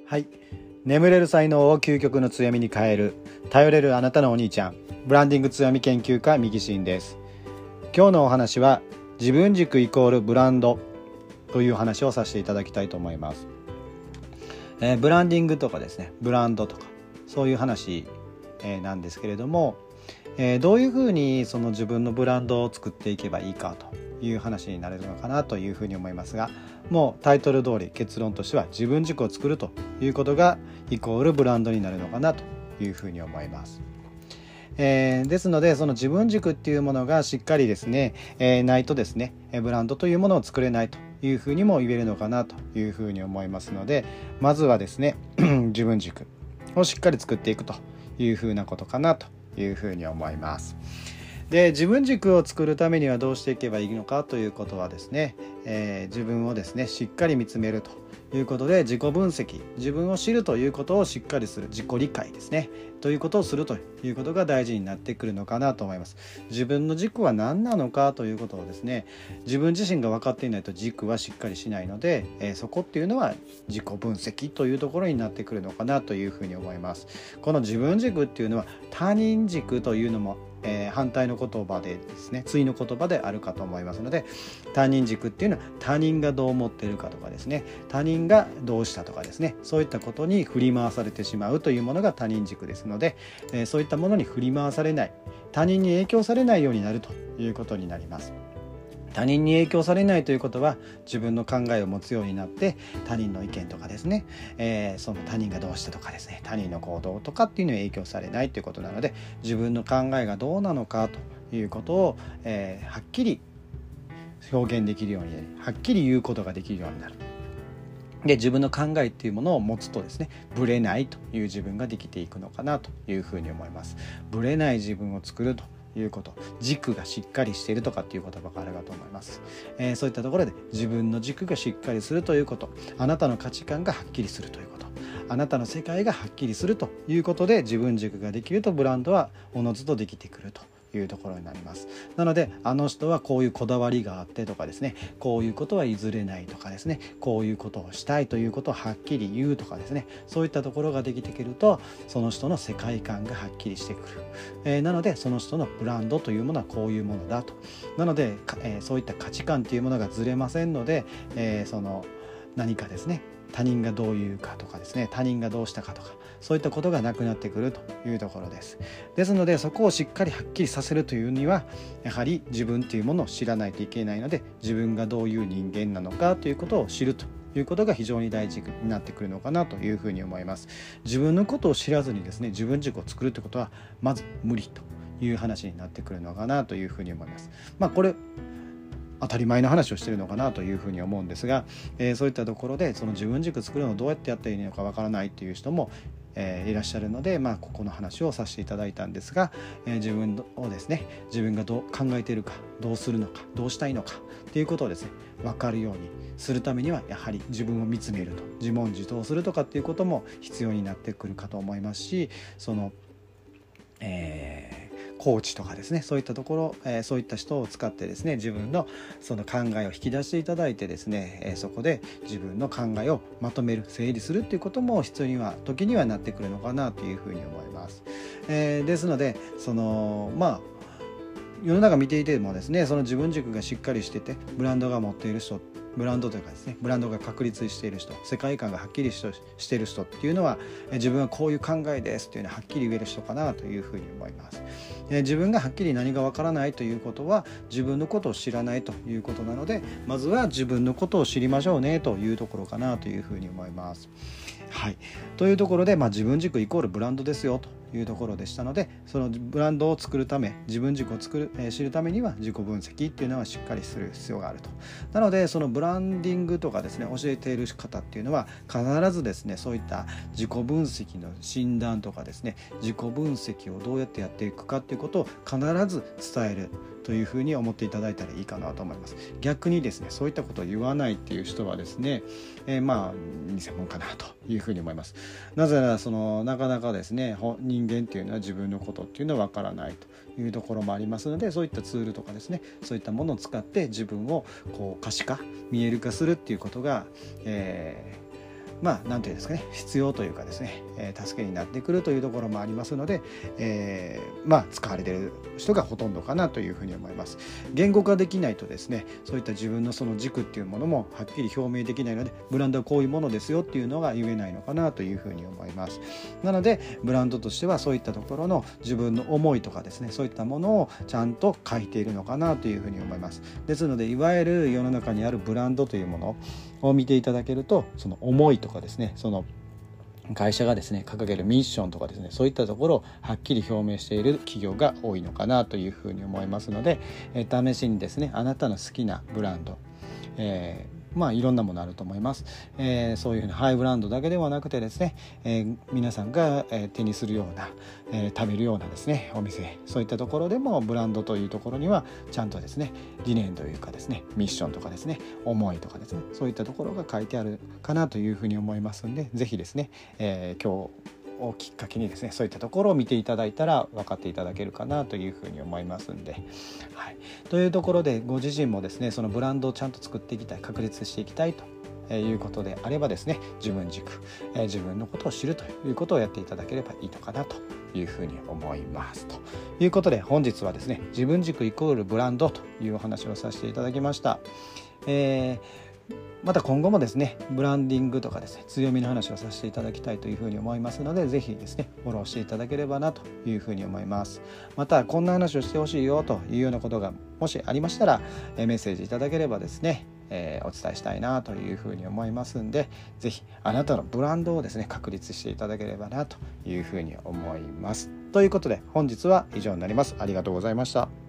はい、眠れる才能を究極の強みに変える、頼れるあなたのお兄ちゃん、ブランディング強み研究家右進です。今日のお話は自分軸イコールブランドという話をさせていただきたいと思います。ブランディングとかですね、ブランドとかそういう話、なんですけれども、どういうふうにその自分のブランドを作っていけばいいかという話になれるのかなというふうに思いますが、もうタイトル通り結論としては自分軸を作るということがイコールブランドになるのかなというふうに思います。ですのでその自分軸っていうものがしっかりですね、ないとですねブランドというものを作れないというふうにも言えるのかなというふうに思いますので、まずはですね自分軸をしっかり作っていくというふうなことかなというふうに思います。で、自分軸を作るためにはどうしていけばいいのかということはですね、自分をですねしっかり見つめるということで、自己分析、自分を知るということをしっかりする、自己理解ですねということをするということが大事になってくるのかなと思います。自分の軸は何なのかということをですね、自分自身が分かっていないと軸はしっかりしないので、そこっていうのは自己分析というところになってくるのかなというふうに思います。この自分軸っていうのは他人軸というのも反対の言葉でですね、対の言葉であるかと思いますので、他人軸っていうのは他人がどう思っているかとかですね、他人がどうしたとかですね、そういったことに振り回されてしまうというものが他人軸ですので、そういったものに振り回されない、他人に影響されないようになるということになります。他人に影響されないということは自分の考えを持つようになって他人の意見とかですね、その他人がどうしたとかですね、他人の行動とかっていうのに影響されないということなので、自分の考えがどうなのかということを、はっきり表現できるようになり、はっきり言うことができるようになる。で、自分の考えっていうものを持つとですね、ブレないという自分ができていくのかなというふうに思います。ブレない自分を作るということ、軸がしっかりしているとかっていう言葉があるかと思います。そういったところで自分の軸がしっかりするということ、あなたの価値観がはっきりするということ、あなたの世界がはっきりするということで自分軸ができると、ブランドはおのずとできてくるというところになります。なので、あの人はこういうこだわりがあってとかですね、こういうことは譲れないとかですね、こういうことをしたいということをはっきり言うとかですね、そういったところができてくると、その人の世界観がはっきりしてくる。なのでその人のブランドというものはこういうものだと。なので、そういった価値観というものがずれませんので、その何かですね、他人がどう言うかとかですね、他人がどうしたかとか、そういったことがなくなってくるというところです。ですので、そこをしっかりはっきりさせるというには、やはり自分というものを知らないといけないので、自分がどういう人間なのかということを知るということが非常に大事になってくるのかなというふうに思います。自分のことを知らずにですね、自分軸を作るということはまず無理という話になってくるのかなというふうに思います。これ当たり前の話をしているのかなというふうに思うんですが、そういったところでその自分軸作るのをどうやってやったらいいのかわからないという人もいらっしゃるので、ここの話をさせていただいたんですが、自分をですね、自分がどう考えているか、どうするのか、どうしたいのかということをですね分かるようにするためには、やはり自分を見つめると、自問自答するとかっていうことも必要になってくるかと思いますし、そのコーチとかですね、そういったところ、そういった人を使ってですね、自分のその考えを引き出していただいてですね、そこで自分の考えをまとめる、整理するっていうことも必要には時にはなってくるのかなというふうに思います。ですので、その世の中見ていてもですね、その自分軸がしっかりしてて、ブランドが持っている人、ブランドというかですね、ブランドが確立している人、世界観がはっきりしている人っていうのは、自分はこういう考えですっていうのははっきり言える人かなというふうに思います。自分がはっきり何がわからないということは、自分のことを知らないということなので、まずは自分のことを知りましょうねというところかなというふうに思います。はい、というところで、自分軸イコールブランドですよというところでしたので、そのブランドを作るため、自分軸を知るためには自己分析っていうのはしっかりする必要があると。なので、そのブランディングとかですね、教えている方っていうのは必ずですね、そういった自己分析の診断とかですね、自己分析をどうやってやっていくかっていうことを必ず伝えるというふうに思っていただいたらいいかなと思います。逆にですね、そういったことを言わないっていう人はですね、偽物かなというふうに思います。なぜなら、なかなかですね、人間っていうのは自分のことっていうのはわからないというところもありますので、そういったツールとかですね、そういったものを使って自分を可視化、見える化するっていうことが、 なんていうんですかね、必要というかですね、助けになってくるというところもありますので、使われている人がほとんどかなというふうに思います。言語化できないとですね、そういった自分のその軸っていうものもはっきり表明できないので、ブランドはこういうものですよっていうのが言えないのかなというふうに思います。なのでブランドとしてはそういったところの自分の思いとかですね、そういったものをちゃんと書いているのかなというふうに思います。ですのでいわゆる世の中にあるブランドというものを見ていただけると、その思いとかですね、その会社がですね掲げるミッションとかですね、そういったところをはっきり表明している企業が多いのかなというふうに思いますので、試しにですねあなたの好きなブランド、いろんなものあると思います。そういうふうなハイブランドだけではなくてですね、皆さんが手にするような、食べるようなですねお店、そういったところでもブランドというところにはちゃんとですね理念というかですね、ミッションとかですね、思いとかですね、そういったところが書いてあるかなというふうに思いますので、ぜひですね、今日をきっかけにですね、そういったところを見ていただいたら分かっていただけるかなというふうに思いますんで、というところでご自身もですね、そのブランドをちゃんと作っていきたい、確立していきたいということであればですね、自分軸、自分のことを知るということをやっていただければいいのかなというふうに思います。ということで本日はですね、自分軸イコールブランドというお話をさせていただきました。また今後もですねブランディングとかですね強みの話をさせていただきたいというふうに思いますので、ぜひですねフォローしていただければなというふうに思います。またこんな話をしてほしいよというようなことがもしありましたら、メッセージいただければですね、お伝えしたいなというふうに思いますんで、ぜひあなたのブランドをですね確立していただければなというふうに思います。ということで本日は以上になります。ありがとうございました。